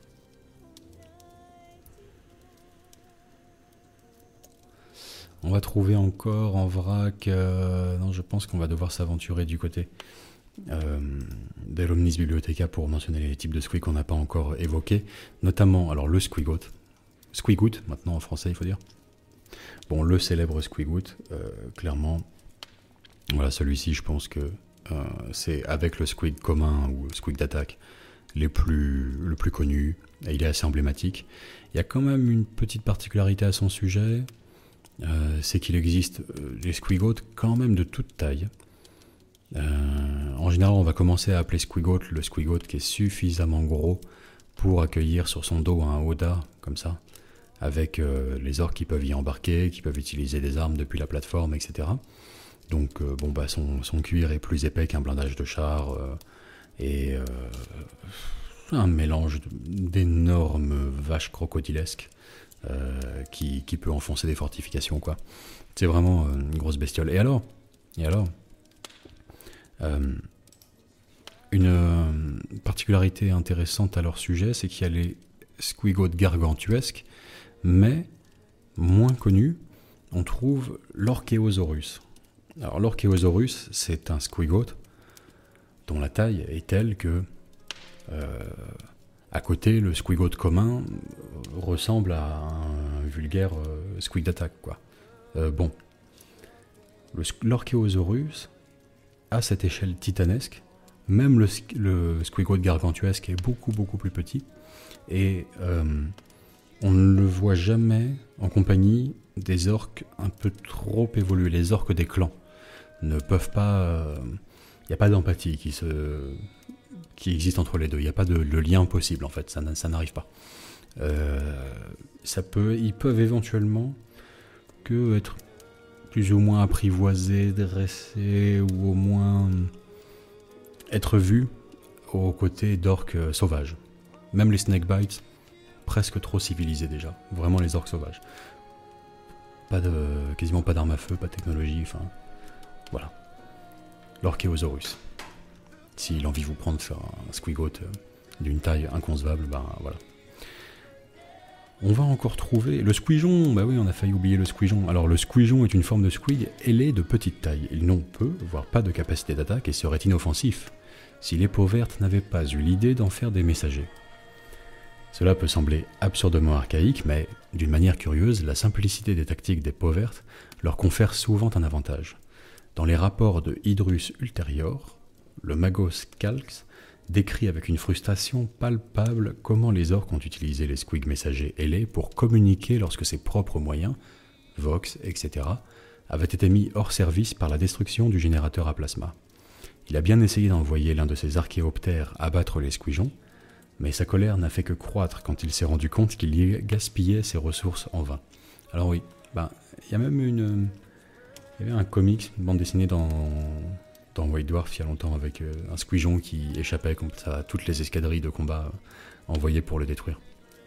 On va trouver encore en vrac... Euh, non, je pense qu'on va devoir s'aventurer du côté euh, de l'Omnis Bibliotheca pour mentionner les types de squig qu'on n'a pas encore évoqués. Notamment, alors le squigoat. Squigoot, maintenant en français, il faut dire. Bon, le célèbre squigoot, euh, clairement. Voilà, celui-ci, je pense que euh, c'est avec le squig commun ou le squig d'attaque les plus, le plus connu. Et il est assez emblématique. Il y a quand même une petite particularité à son sujet... Euh, c'est qu'il existe euh, des squigoats quand même de toute taille. Euh, en général, on va commencer à appeler squigoat le squigoat qui est suffisamment gros pour accueillir sur son dos un Oda, comme ça, avec euh, les orques qui peuvent y embarquer, qui peuvent utiliser des armes depuis la plateforme, et cetera. Donc, euh, bon, bah, son, son cuir est plus épais qu'un blindage de char, euh, et euh, un mélange d'énormes vaches crocodilesques. Euh, qui, qui peut enfoncer des fortifications, quoi. C'est vraiment euh, une grosse bestiole. Et alors Et alors euh, Une euh, particularité intéressante à leur sujet, c'est qu'il y a les squigoats gargantuesques, mais moins connus, on trouve l'Orcheosaurus. Alors l'Orcheosaurus, c'est un squigoat dont la taille est telle que euh, à côté, le squigoat commun ressemble à un vulgaire euh, squig d'attaque, quoi. Euh, bon. Le, l'Orcheosaurus a cette échelle titanesque. Même le, le squigoat gargantuesque est beaucoup, beaucoup plus petit. Et euh, on ne le voit jamais en compagnie des orques un peu trop évolués. Les orques des clans ne peuvent pas... Il euh, n'y a pas d'empathie qui se... qui existe entre les deux. Il n'y a pas de, de lien possible, en fait. Ça, ça n'arrive pas. Euh, ça peut, ils peuvent éventuellement que être plus ou moins apprivoisés, dressés, ou au moins être vus aux côtés d'orques sauvages. Même les snakebites, presque trop civilisés déjà. Vraiment les orques sauvages. Pas de, quasiment pas d'armes à feu, pas de technologie, enfin... Voilà. L'Orcheosaurus. Si l'envie vous prend de faire un squigoat d'une taille inconcevable, ben voilà. On va encore trouver le squigeon. Bah oui, on a failli oublier le squigeon. Alors le squigeon est une forme de squig ailé de petite taille. Ils n'ont peu, voire pas de capacité d'attaque et seraient inoffensifs si les peaux vertes n'avaient pas eu l'idée d'en faire des messagers. Cela peut sembler absurdement archaïque, mais d'une manière curieuse, la simplicité des tactiques des peaux vertes leur confère souvent un avantage. Dans les rapports de Hydrus Ulterior, le Magos Calx décrit avec une frustration palpable comment les orques ont utilisé les squigs messagers ailés pour communiquer lorsque ses propres moyens, Vox, et cetera, avaient été mis hors service par la destruction du générateur à plasma. Il a bien essayé d'envoyer l'un de ses archéoptères abattre les squigeons, mais sa colère n'a fait que croître quand il s'est rendu compte qu'il y gaspillait ses ressources en vain. Alors oui, bah, y a même une... Il y avait un comics, une bande dessinée dans... dans White Dwarf il y a longtemps avec euh, un squigeon qui échappait comme ça à toutes les escadrilles de combat euh, envoyées pour le détruire.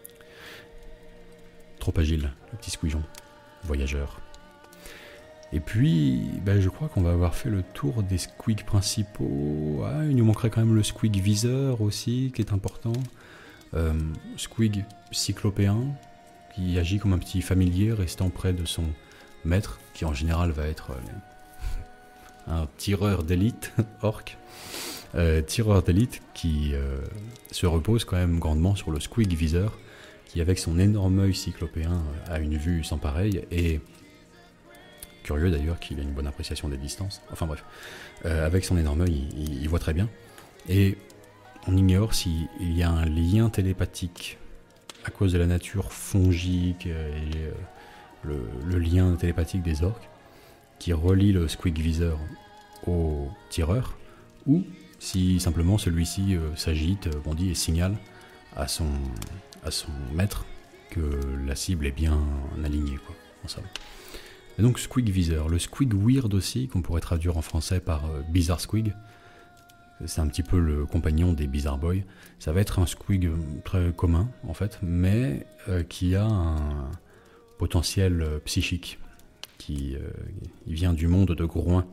Trop agile, le petit squigeon, voyageur. Et puis, ben, je crois qu'on va avoir fait le tour des squigs principaux. Ah, il nous manquerait quand même le squig viseur aussi, qui est important. Euh, squig cyclopéen, qui agit comme un petit familier restant près de son maître, qui en général va être... Euh, un tireur d'élite, orc, euh, tireur d'élite qui euh, se repose quand même grandement sur le squig viseur, qui avec son énorme œil cyclopéen a une vue sans pareille, et curieux d'ailleurs qu'il ait une bonne appréciation des distances, enfin bref, euh, avec son énorme œil il, il voit très bien, et on ignore s'il y a un lien télépathique à cause de la nature fongique et euh, le, le lien télépathique des orques, qui relie le squig viseur au tireur, ou si simplement celui-ci euh, s'agite, bondit et signale à son, à son maître que la cible est bien alignée, quoi, en somme. Et donc squig viseur, le squig weird aussi, qu'on pourrait traduire en français par euh, bizarre squig, c'est un petit peu le compagnon des Bizarre Boys, ça va être un squig très commun en fait, mais euh, qui a un potentiel euh, psychique. Qui euh, il vient du monde de Groin.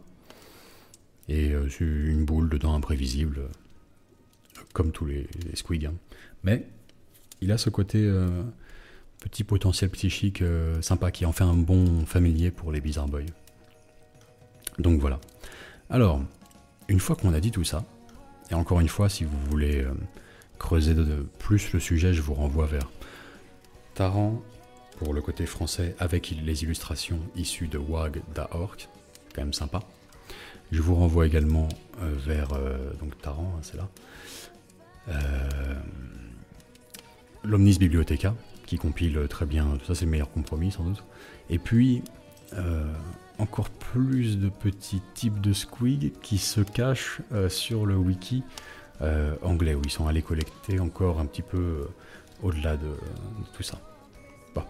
Et euh, c'est une boule dedans imprévisible, euh, comme tous les, les squigs. Hein. Mais il a ce côté euh, petit potentiel psychique euh, sympa, qui en fait un bon familier pour les Bizarre Boys. Donc voilà. Alors, une fois qu'on a dit tout ça, et encore une fois, si vous voulez euh, creuser de, de plus le sujet, je vous renvoie vers Taran, pour le côté français, avec les illustrations issues de Wag da Orc, quand même sympa. Je vous renvoie également euh, vers euh, donc Taran, hein, c'est là, euh, l'Omnis Bibliotheca, qui compile très bien, ça c'est le meilleur compromis sans doute. Et puis, euh, encore plus de petits types de squig qui se cachent euh, sur le wiki euh, anglais, où ils sont allés collecter encore un petit peu euh, au-delà de, de tout ça. Bon.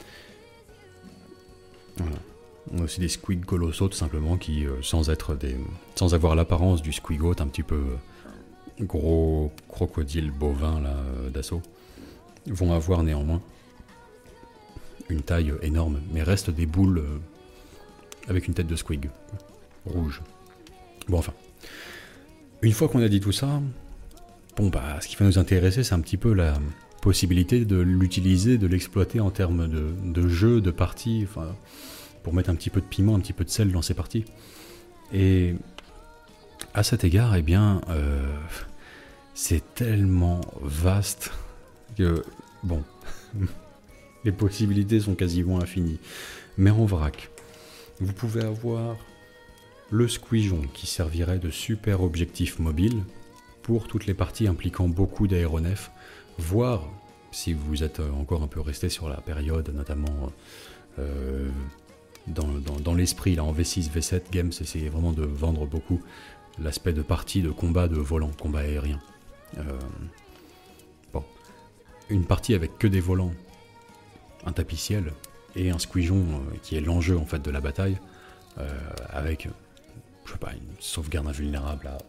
Voilà. On a aussi des squigs colossaux tout simplement qui, euh, sans être des, sans avoir l'apparence du squigot un petit peu euh, gros crocodile bovin là euh, d'assaut, vont avoir néanmoins une taille euh, énorme, mais restent des boules euh, avec une tête de squig rouge. Bon enfin, une fois qu'on a dit tout ça, bon bah ce qui va nous intéresser, c'est un petit peu la possibilité de l'utiliser, de l'exploiter en termes de, de jeu, de partie, enfin, pour mettre un petit peu de piment, un petit peu de sel dans ces parties. Et à cet égard, eh bien, euh, c'est tellement vaste que, bon, les possibilités sont quasiment infinies. Mais en vrac, vous pouvez avoir le squigeon qui servirait de super objectif mobile pour toutes les parties impliquant beaucoup d'aéronefs, voire, si vous êtes encore un peu resté sur la période, notamment euh, dans, dans, dans l'esprit, là, en V six, V sept, Games essayait vraiment de vendre beaucoup l'aspect de partie de combat de volant, combat aérien. Euh, bon, une partie avec que des volants, un tapis-ciel et un squigeon euh, qui est l'enjeu en fait de la bataille, euh, avec, je sais pas, une sauvegarde invulnérable à...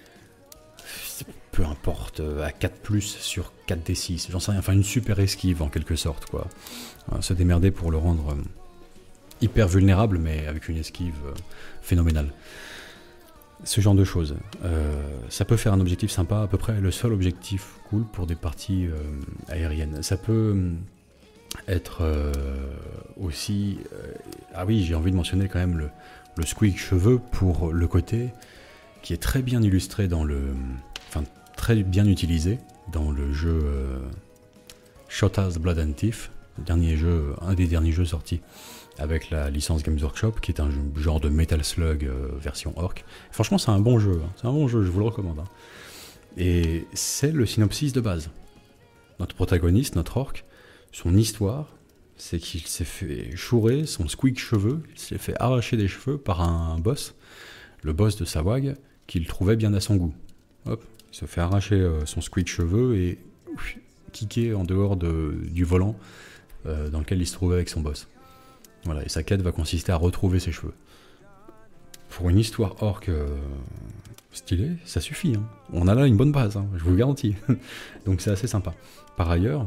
peu importe, à quatre plus sur quatre D six, j'en sais rien, enfin une super esquive en quelque sorte, quoi. Euh, se démerder pour le rendre euh, hyper vulnérable, mais avec une esquive euh, phénoménale. Ce genre de choses. Euh, ça peut faire un objectif sympa, à peu près le seul objectif cool pour des parties euh, aériennes. Ça peut... être euh, aussi... Euh, ah oui, j'ai envie de mentionner quand même le, le squeak cheveux pour le côté qui est très bien illustré dans le... Enfin, très bien utilisé dans le jeu euh, Shota's Blood and Thief, le dernier jeu, un des derniers jeux sortis avec la licence Games Workshop, qui est un jeu, genre de Metal Slug euh, version orc. Franchement, c'est un bon jeu, hein. C'est un bon jeu, je vous le recommande. Hein. Et c'est le synopsis de base. Notre protagoniste, notre orc, son histoire, c'est qu'il s'est fait chourer son squeak cheveux, il s'est fait arracher des cheveux par un boss, le boss de Sawag, qu'il trouvait bien à son goût. Hop, il se fait arracher euh, son squeak cheveux et ouf, kicker en dehors de, du volant euh, dans lequel il se trouvait avec son boss. Voilà, et sa quête va consister à retrouver ses cheveux. Pour une histoire orc euh, stylée, ça suffit. Hein. On a là une bonne base, hein, je vous le garantis. Donc c'est assez sympa. Par ailleurs,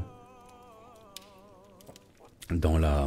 dans la,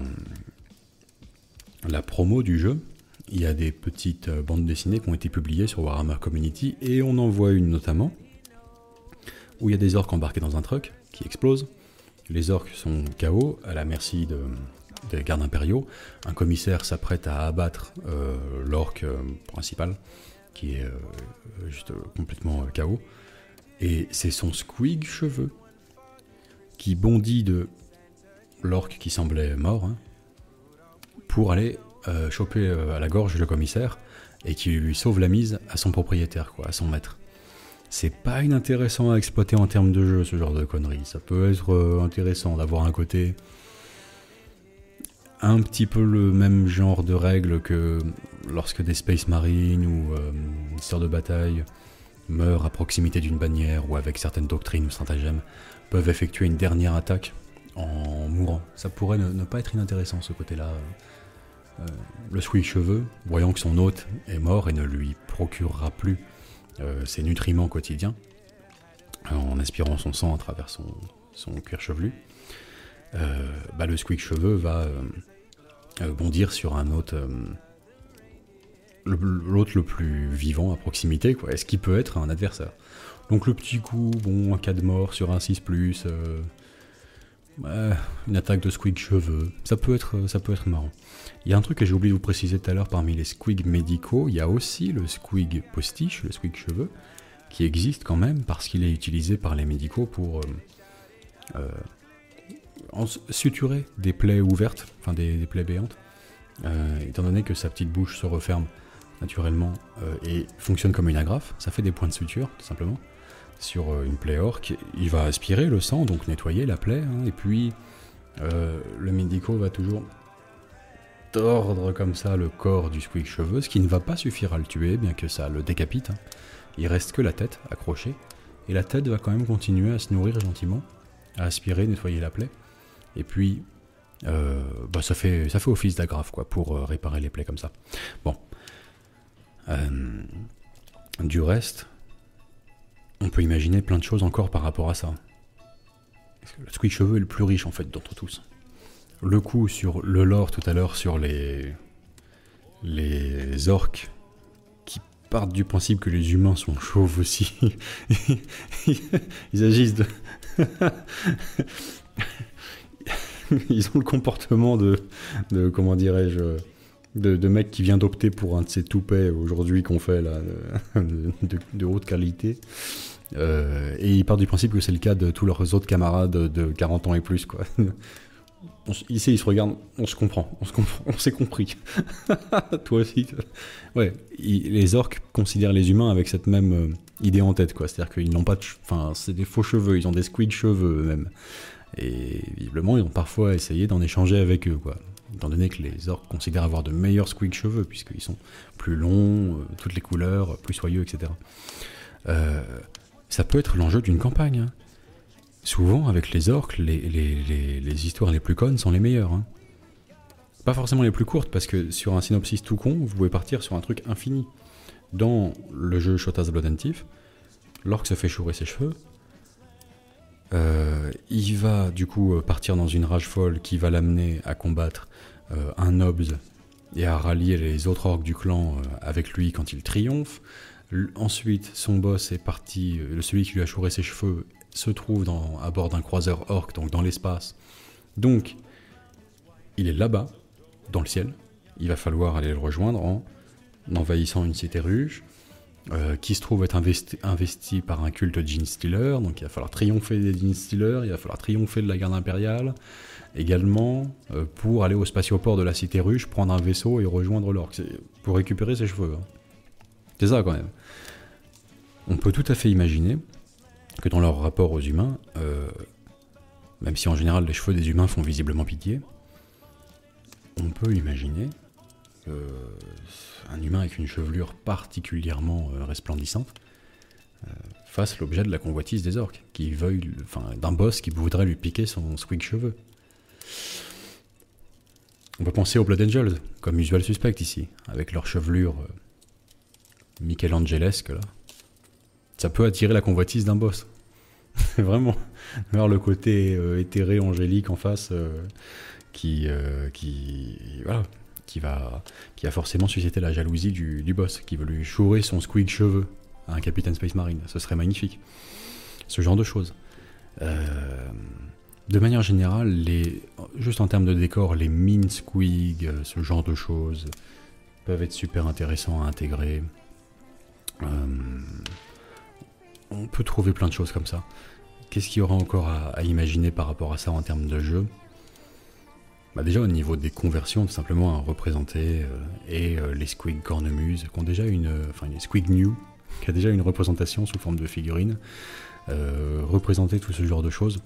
la promo du jeu, il y a des petites bandes dessinées qui ont été publiées sur Warhammer Community, et on en voit une notamment, où il y a des orques embarqués dans un truck qui explose. Les orques sont K O, à la merci de... des gardes impériaux. Un commissaire s'apprête à abattre euh, l'orque euh, principal, qui est euh, juste euh, complètement euh, K O. Et c'est son squeak cheveux qui bondit de l'orque qui semblait mort, hein, pour aller euh, choper euh, à la gorge le commissaire, et qui lui sauve la mise à son propriétaire, quoi, à son maître. C'est pas inintéressant à exploiter en termes de jeu, ce genre de conneries. Ça peut être euh, intéressant d'avoir un côté... un petit peu le même genre de règles que lorsque des Space Marines ou euh, des sœurs de bataille meurent à proximité d'une bannière ou avec certaines doctrines ou stratagèmes, peuvent effectuer une dernière attaque en mourant. Ça pourrait ne, ne pas être inintéressant, ce côté-là. Euh, le squeak cheveux, voyant que son hôte est mort et ne lui procurera plus euh, ses nutriments quotidiens, en aspirant son sang à travers son, son cuir chevelu, Euh, bah, le squeak cheveux va euh, euh, bondir sur un autre, euh, le, l'autre le plus vivant à proximité, quoi. Est-ce qu'il peut être un adversaire? Donc le petit coup, bon, en cas de mort sur un six plus, euh, euh, une attaque de squeak cheveux, ça peut être, ça peut être marrant. Il y a un truc que j'ai oublié de vous préciser tout à l'heure, parmi les squigs médicaux, il y a aussi le squig postiche, le squig cheveux, qui existe quand même parce qu'il est utilisé par les médicaux pour... Euh, euh, en suturer des plaies ouvertes, enfin des, des plaies béantes, euh, étant donné que sa petite bouche se referme naturellement euh, et fonctionne comme une agrafe, ça fait des points de suture, tout simplement, sur euh, une plaie orque. Il va aspirer le sang, donc nettoyer la plaie, hein, et puis euh, le médico va toujours tordre comme ça le corps du squeak cheveux, ce qui ne va pas suffire à le tuer, bien que ça le décapite. Hein. Il reste que la tête accrochée, et la tête va quand même continuer à se nourrir gentiment, à aspirer, nettoyer la plaie. Et puis, euh, bah ça, fait, ça fait office d'agrafe, quoi, pour euh, réparer les plaies comme ça. Bon. Euh, du reste, on peut imaginer plein de choses encore par rapport à ça. Le squeak cheveux est le plus riche, en fait, d'entre tous. Le coup sur le lore, tout à l'heure, sur les, les orques qui partent du principe que les humains sont chauves aussi. Ils agissent de... Ils ont le comportement de, de comment dirais-je, de, de mec qui vient d'opter pour un de ces toupets aujourd'hui qu'on fait là, de, de, de haute qualité. Euh, et ils partent du principe que c'est le cas de tous leurs autres camarades de quarante ans et plus, quoi. On, ici, ils se regardent, on se comprend, on se comprend, on s'est compris. Toi aussi. Ouais, ils, les orques considèrent les humains avec cette même euh, idée en tête, quoi. C'est-à-dire qu'ils n'ont pas de, enfin, c'est des faux cheveux, ils ont des squid cheveux eux-mêmes. Et visiblement, ils ont parfois essayé d'en échanger avec eux, quoi. Étant donné que les orques considèrent avoir de meilleurs squig cheveux, puisqu'ils sont plus longs, euh, toutes les couleurs, plus soyeux, et cetera. Euh, ça peut être l'enjeu d'une campagne. Hein. Souvent, avec les orques, les, les, les, les histoires les plus connes sont les meilleures. Hein. Pas forcément les plus courtes, parce que sur un synopsis tout con, vous pouvez partir sur un truc infini. Dans le jeu Shota's Blood and Thief, l'orque se fait chourer ses cheveux. Euh, il va du coup partir dans une rage folle qui va l'amener à combattre euh, un Nobs et à rallier les autres orques du clan euh, avec lui quand il triomphe. L- ensuite, son boss est parti, euh, celui qui lui a chouré ses cheveux se trouve dans, à bord d'un croiseur orc, donc dans l'espace. Donc, il est là-bas, dans le ciel. Il va falloir aller le rejoindre en envahissant une cité ruche, euh, qui se trouve être investi, investi par un culte Genestealer, donc il va falloir triompher des Genestealers, il va falloir triompher de la garde impériale, également euh, pour aller au spatioport de la cité ruche, prendre un vaisseau et rejoindre l'orque, c'est pour récupérer ses cheveux. Hein. C'est ça quand même. On peut tout à fait imaginer que dans leur rapport aux humains, euh, même si en général les cheveux des humains font visiblement pitié, on peut imaginer euh, un humain avec une chevelure particulièrement euh, resplendissante euh, fasse l'objet de la convoitise des orques, qui veuille, enfin, d'un boss qui voudrait lui piquer son squig cheveux. On peut penser aux Blood Angels, comme usual suspect ici, avec leur chevelure euh, Michelangelesque là. Ça peut attirer la convoitise d'un boss. Vraiment. Voir le côté euh, éthéré, angélique en face, euh, qui, euh, qui, voilà, qui, va, qui va forcément susciter la jalousie du, du boss, qui veut lui chourer son squig cheveux à un capitaine Space Marine. Ce serait magnifique. Ce genre de choses. Euh, de manière générale, les, juste en termes de décor, les mines squig, ce genre de choses, peuvent être super intéressants à intégrer. Euh, on peut trouver plein de choses comme ça. Qu'est-ce qu'il y aura encore à, à imaginer par rapport à ça en termes de jeu ? Bah déjà au niveau des conversions, tout simplement à représenter euh, et euh, les Squig Cornemuse qui ont déjà une, enfin les Squig New qui a déjà une représentation sous forme de figurine, euh, représenter tout ce genre de choses.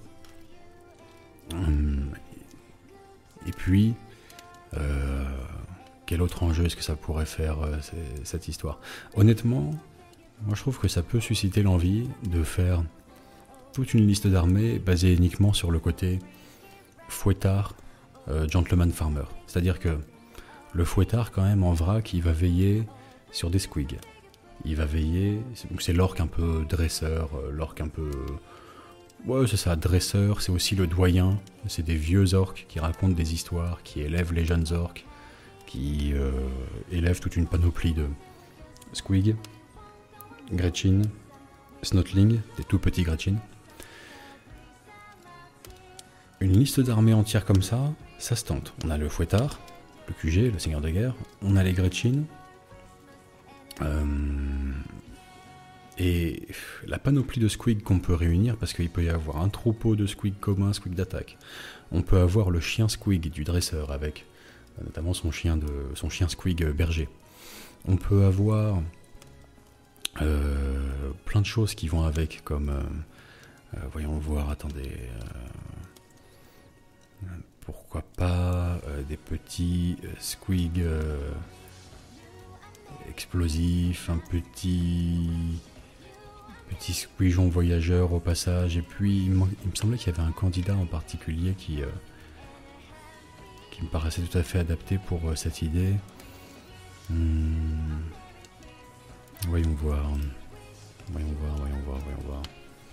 Hum, et puis euh, quel autre enjeu est-ce que ça pourrait faire euh, cette histoire ? Honnêtement, moi je trouve que ça peut susciter l'envie de faire toute une liste d'armées basée uniquement sur le côté fouettard, euh, gentleman farmer. C'est-à-dire que le fouettard, quand même, en vrac, il va veiller sur des squigs. Il va veiller... Donc c'est l'orque un peu dresseur, euh, l'orque un peu... Ouais, c'est ça, dresseur, c'est aussi le doyen. C'est des vieux orques qui racontent des histoires, qui élèvent les jeunes orques, qui euh, élèvent toute une panoplie de squigs, Gretchin, Snotling, des tout petits Gretchin. Une liste d'armées entières comme ça, ça se tente. On a le fouettard, le Q G, le seigneur de guerre, on a les Gretchin, euh, et la panoplie de squigs qu'on peut réunir, parce qu'il peut y avoir un troupeau de squigs communs, squigs d'attaque. On peut avoir le chien squig du dresseur, avec notamment son chien, de, son chien squig berger. On peut avoir euh, plein de choses qui vont avec, comme, euh, euh, voyons voir, attendez... Euh, pourquoi pas euh, des petits euh, squigs euh, explosifs, un petit petit squigeon voyageur au passage, et puis il me, il me semblait qu'il y avait un candidat en particulier qui, euh, qui me paraissait tout à fait adapté pour euh, cette idée. Hmm. Voyons voir. Voyons voir, voyons voir, voyons voir.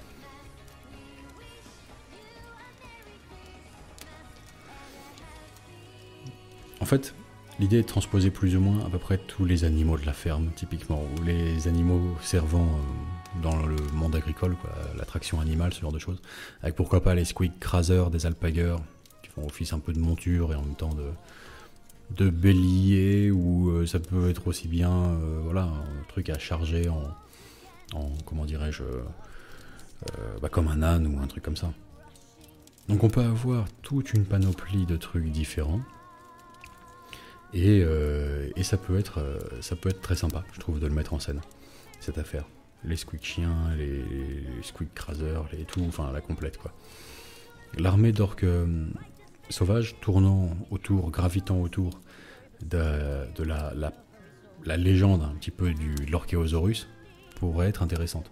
En fait, l'idée est de transposer plus ou moins à peu près tous les animaux de la ferme, typiquement, ou les animaux servant euh, dans le monde agricole, quoi, l'attraction animale, ce genre de choses. Avec pourquoi pas les squig craseurs des alpagers, qui font office un peu de monture et en même temps de, de bélier, ou euh, ça peut être aussi bien euh, voilà, un truc à charger en, en comment dirais-je, euh, bah, comme un âne ou un truc comme ça. Donc on peut avoir toute une panoplie de trucs différents. Et, euh, et ça peut être euh, ça peut être très sympa, je trouve, de le mettre en scène, cette affaire. Les squig chiens, les, les squig craseurs, les tout, enfin la complète quoi. L'armée d'orques euh, sauvages tournant autour, gravitant autour de, de la, la, la légende un petit peu du de l'Orchéosaurus pourrait être intéressante.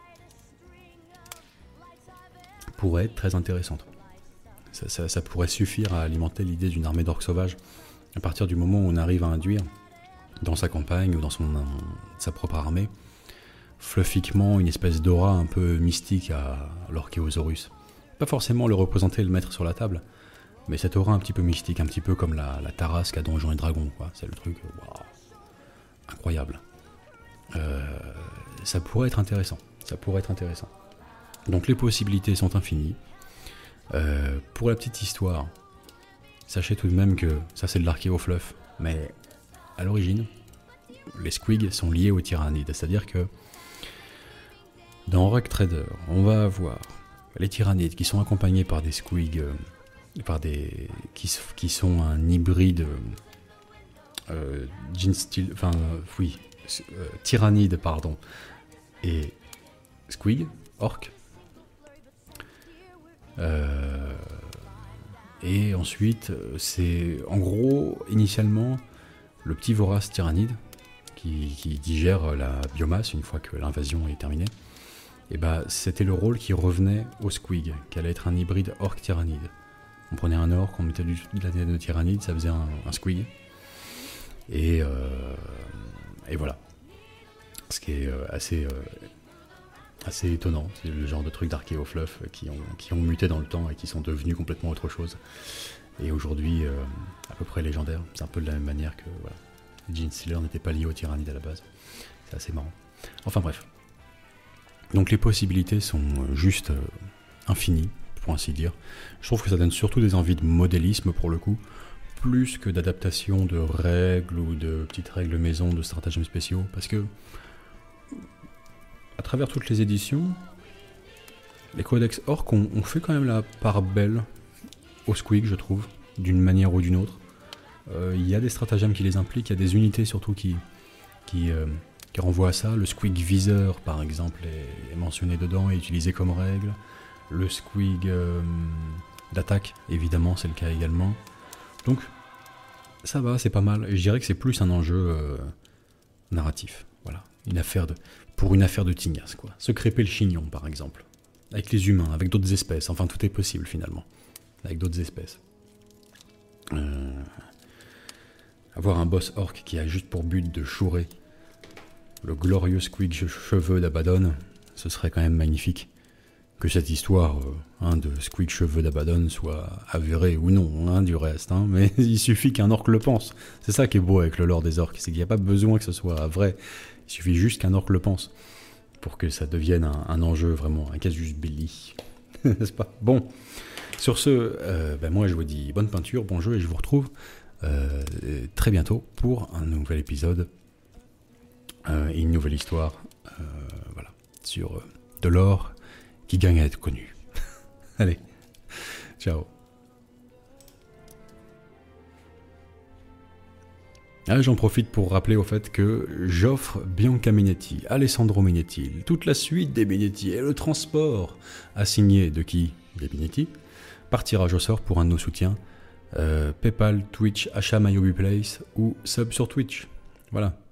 Pourrait être très intéressante. Ça, ça, ça pourrait suffire à alimenter l'idée d'une armée d'orques sauvages. À partir du moment où on arrive à induire dans sa campagne ou dans son, sa propre armée, fluffiquement une espèce d'aura un peu mystique à l'Orchéosaurus. Pas forcément le représenter et le mettre sur la table, mais cette aura un petit peu mystique, un petit peu comme la, la Tarasque à Donjons et Dragons, quoi. C'est le truc, waouh, incroyable. Euh, ça pourrait être intéressant, ça pourrait être intéressant. Donc les possibilités sont infinies. Euh, pour la petite histoire, sachez tout de même que ça c'est de l'archéofluff, mais à l'origine, les squigs sont liés aux tyrannides, c'est-à-dire que dans Rogue Trader, on va avoir les tyrannides qui sont accompagnés par des squigs, euh, par des qui, qui sont un hybride euh, Genestealer, enfin euh, oui, euh, tyrannide pardon, et squig, orc. Euh, et ensuite, c'est en gros initialement le petit vorace tyrannide qui, qui digère la biomasse une fois que l'invasion est terminée. Et bah, c'était le rôle qui revenait au squig, qui allait être un hybride orc-tyrannide. On prenait un orc, on mettait du, de la D N A de tyrannide, ça faisait un, un squig. Et, euh, et voilà. Ce qui est euh, assez, euh, assez étonnant. C'est le genre de trucs d'archéofluff qui ont, qui ont muté dans le temps et qui sont devenus complètement autre chose. Et aujourd'hui, euh, à peu près légendaire. C'est un peu de la même manière que voilà, les Genestealer n'étaient pas liés aux tyrannides à la base. C'est assez marrant. Enfin bref. Donc les possibilités sont juste euh, infinies, pour ainsi dire. Je trouve que ça donne surtout des envies de modélisme pour le coup, plus que d'adaptation de règles ou de petites règles maison, de stratagèmes spéciaux, parce que à travers toutes les éditions, les codex orc ont, ont fait quand même la part belle au squig, je trouve, d'une manière ou d'une autre. Euh, il y a des stratagèmes qui les impliquent, il y a des unités surtout qui... qui euh, qui renvoie à ça. Le squig viseur, par exemple, est, est mentionné dedans et utilisé comme règle. Le squig euh, d'attaque, évidemment, c'est le cas également. Donc, ça va, c'est pas mal. Et je dirais que c'est plus un enjeu euh, narratif. Voilà, une affaire de, pour une affaire de tignasse, quoi. Se crêper le chignon, par exemple. Avec les humains, avec d'autres espèces. Enfin, tout est possible, finalement. Avec d'autres espèces. Euh, avoir un boss orc qui a juste pour but de chourer le glorieux squig cheveux d'Abaddon, ce serait quand même magnifique. Que cette histoire euh, hein, de squig cheveux d'Abaddon soit avérée ou non, hein, du reste. Hein, mais il suffit qu'un orc le pense. C'est ça qui est beau avec le lore des orcs, c'est qu'il n'y a pas besoin que ce soit vrai. Il suffit juste qu'un orc le pense pour que ça devienne un, un enjeu vraiment, un casus belli. N'est-ce pas? Bon, sur ce, euh, ben moi je vous dis bonne peinture, bon jeu, et je vous retrouve euh, très bientôt pour un nouvel épisode. Euh, et une nouvelle histoire, euh, voilà, sur euh, de l'or qui gagne à être connu. Allez, ciao. Ah, j'en profite pour rappeler au fait que j'offre Bianca Minetti, Alessandro Minetti, toute la suite des Minetti et le transport assigné de qui? Des Minetti, par tirage au sort pour un de nos soutiens, euh, PayPal, Twitch, achat MyHobbyPlace ou sub sur Twitch. Voilà.